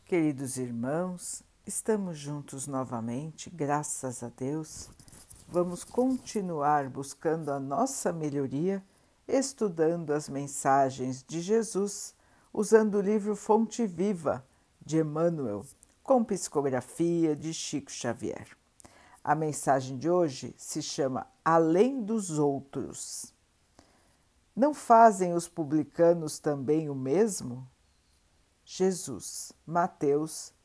Queridos irmãos, estamos juntos novamente, graças a Deus. Vamos continuar buscando a nossa melhoria, estudando as mensagens de Jesus, usando o livro Fonte Viva, de Emmanuel, com psicografia de Chico Xavier. A mensagem de hoje se chama Além dos Outros. Não fazem os publicanos também o mesmo? Jesus, Mateus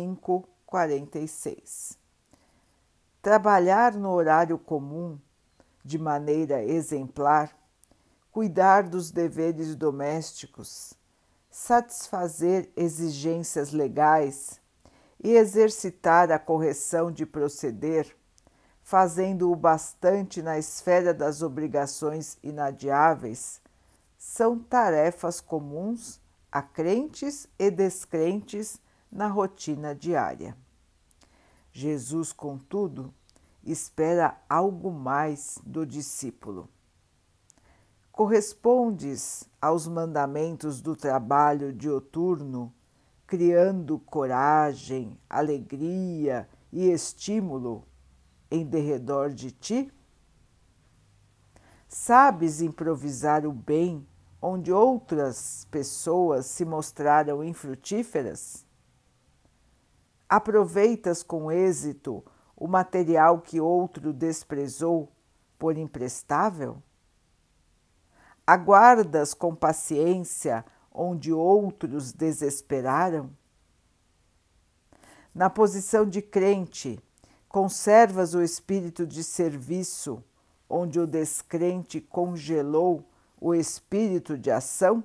5:46. Trabalhar no horário comum, de maneira exemplar, cuidar dos deveres domésticos, satisfazer exigências legais e exercitar a correção de proceder, fazendo o bastante na esfera das obrigações inadiáveis, são tarefas comuns a crentes e descrentes na rotina diária. Jesus, contudo, espera algo mais do discípulo. Correspondes aos mandamentos do trabalho dioturno, criando coragem, alegria e estímulo em derredor de ti? Sabes improvisar o bem onde outras pessoas se mostraram infrutíferas? Aproveitas com êxito o material que outro desprezou por imprestável? Aguardas com paciência onde outros desesperaram? Na posição de crente, conservas o espírito de serviço onde o descrente congelou o espírito de ação?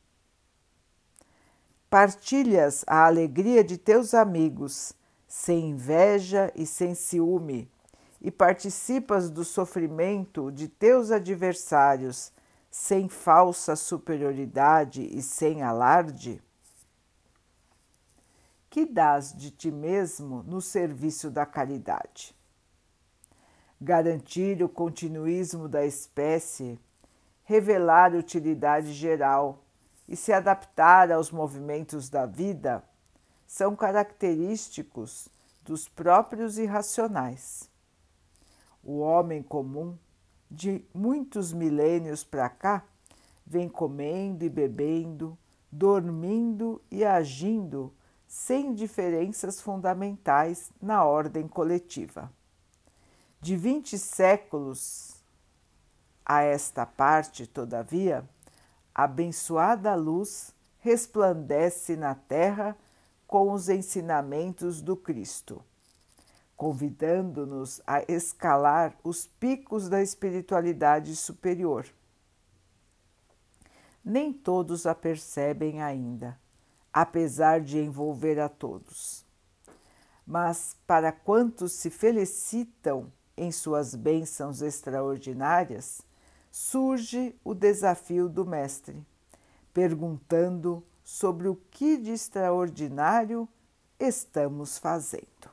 Partilhas a alegria de teus amigos, sem inveja e sem ciúme, e participas do sofrimento de teus adversários, sem falsa superioridade e sem alarde? Que dás de ti mesmo no serviço da caridade? Garantir o continuismo da espécie, revelar utilidade geral e se adaptar aos movimentos da vida são característicos dos próprios irracionais. O homem comum, de muitos milênios para cá, vem comendo e bebendo, dormindo e agindo sem diferenças fundamentais na ordem coletiva. De 20 séculos a esta parte, todavia, a abençoada luz resplandece na terra com os ensinamentos do Cristo, convidando-nos a escalar os picos da espiritualidade superior. Nem todos a percebem ainda, apesar de envolver a todos. Mas para quantos se felicitam em suas bênçãos extraordinárias, surge o desafio do Mestre, perguntando sobre o que de extraordinário estamos fazendo.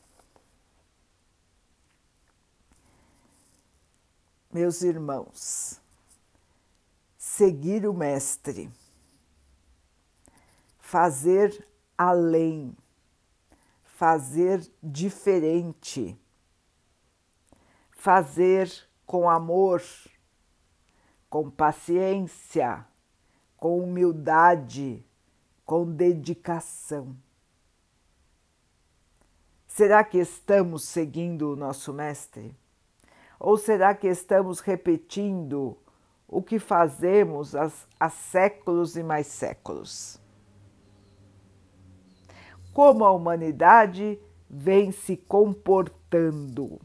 Meus irmãos, seguir o Mestre, fazer além, fazer diferente, fazer com amor, com paciência, com humildade, com dedicação. Será que estamos seguindo o nosso Mestre? Ou será que estamos repetindo o que fazemos há séculos e mais séculos? Como a humanidade vem se comportando?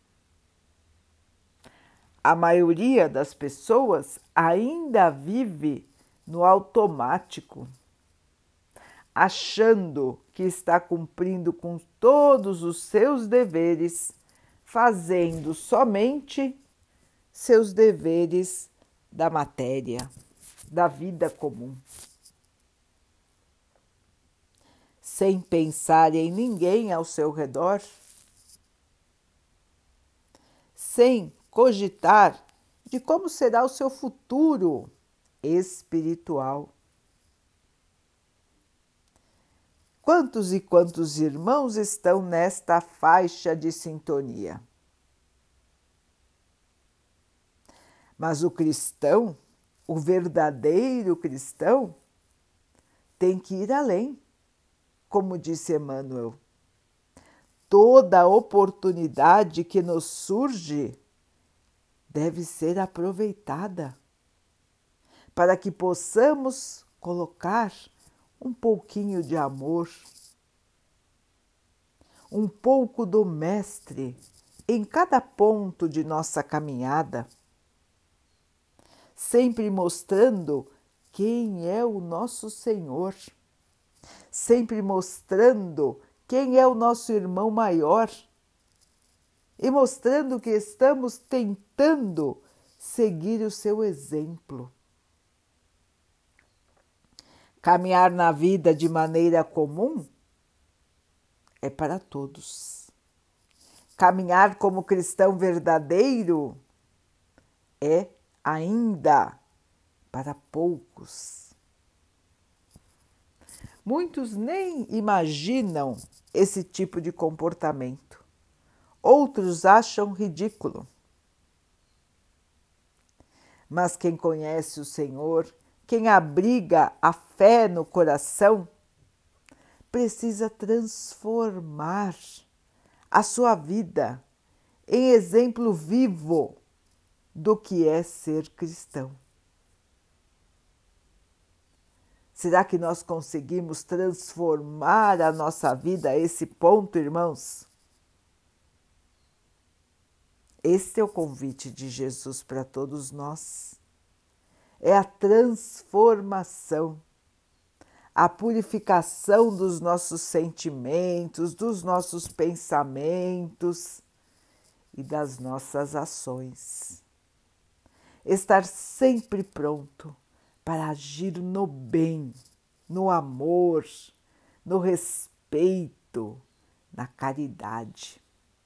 A maioria das pessoas ainda vive no automático, achando que está cumprindo com todos os seus deveres, fazendo somente seus deveres da matéria, da vida comum, sem pensar em ninguém ao seu redor, sem cogitar de como será o seu futuro espiritual. Quantos e quantos irmãos estão nesta faixa de sintonia? Mas o cristão, o verdadeiro cristão, tem que ir além, como disse Emmanuel. Toda oportunidade que nos surge deve ser aproveitada para que possamos colocar um pouquinho de amor, um pouco do Mestre em cada ponto de nossa caminhada, sempre mostrando quem é o nosso Senhor, sempre mostrando quem é o nosso irmão maior e mostrando que estamos tentando seguir o seu exemplo. Caminhar na vida de maneira comum é para todos. Caminhar como cristão verdadeiro é ainda para poucos. Muitos nem imaginam esse tipo de comportamento. Outros acham ridículo. Mas quem conhece o Senhor, quem abriga a fé no coração, precisa transformar a sua vida em exemplo vivo do que é ser cristão. Será que nós conseguimos transformar a nossa vida a esse ponto, irmãos? Este é o convite de Jesus para todos nós. É a transformação, a purificação dos nossos sentimentos, dos nossos pensamentos e das nossas ações. Estar sempre pronto para agir no bem, no amor, no respeito, na caridade.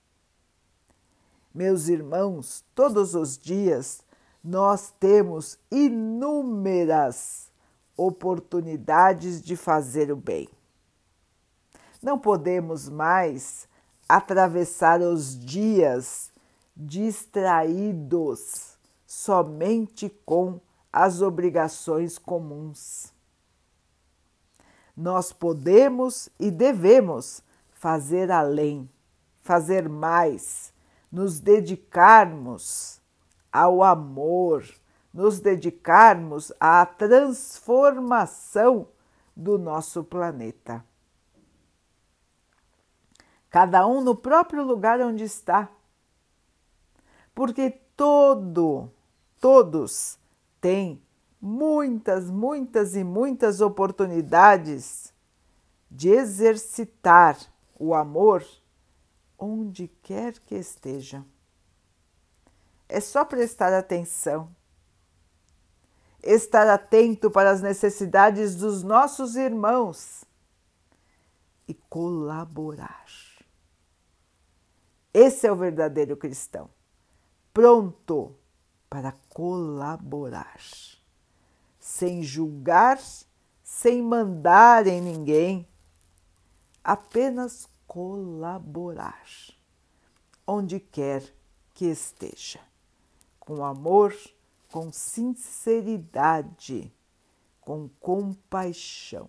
Meus irmãos, todos os dias nós temos inúmeras oportunidades de fazer o bem. Não podemos mais atravessar os dias distraídos somente com as obrigações comuns. Nós podemos e devemos fazer além, fazer mais, nos dedicarmos ao amor, nos dedicarmos à transformação do nosso planeta. Cada um no próprio lugar onde está, porque todos têm muitas e muitas oportunidades de exercitar o amor onde quer que esteja. É só prestar atenção, estar atento para as necessidades dos nossos irmãos e colaborar. Esse é o verdadeiro cristão, pronto para colaborar, sem julgar, sem mandar em ninguém, apenas colaborar, onde quer que esteja, com amor, com sinceridade, com compaixão.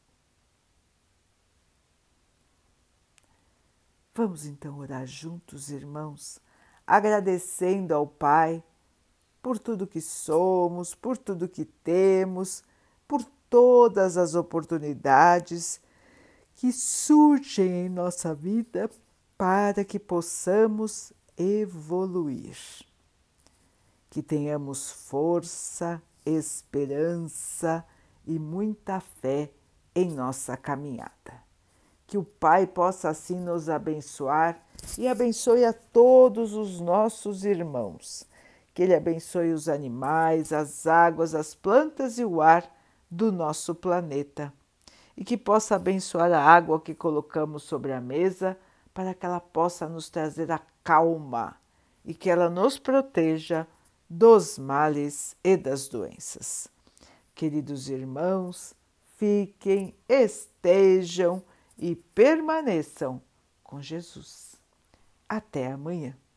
Vamos então orar juntos, irmãos, agradecendo ao Pai por tudo que somos, por tudo que temos, por todas as oportunidades que surgem em nossa vida para que possamos evoluir. Que tenhamos força, esperança e muita fé em nossa caminhada. Que o Pai possa assim nos abençoar e abençoe a todos os nossos irmãos. Que Ele abençoe os animais, as águas, as plantas e o ar do nosso planeta. E que possa abençoar a água que colocamos sobre a mesa para que ela possa nos trazer a calma e que ela nos proteja dos males e das doenças. Queridos irmãos, fiquem, estejam e permaneçam com Jesus. Até amanhã.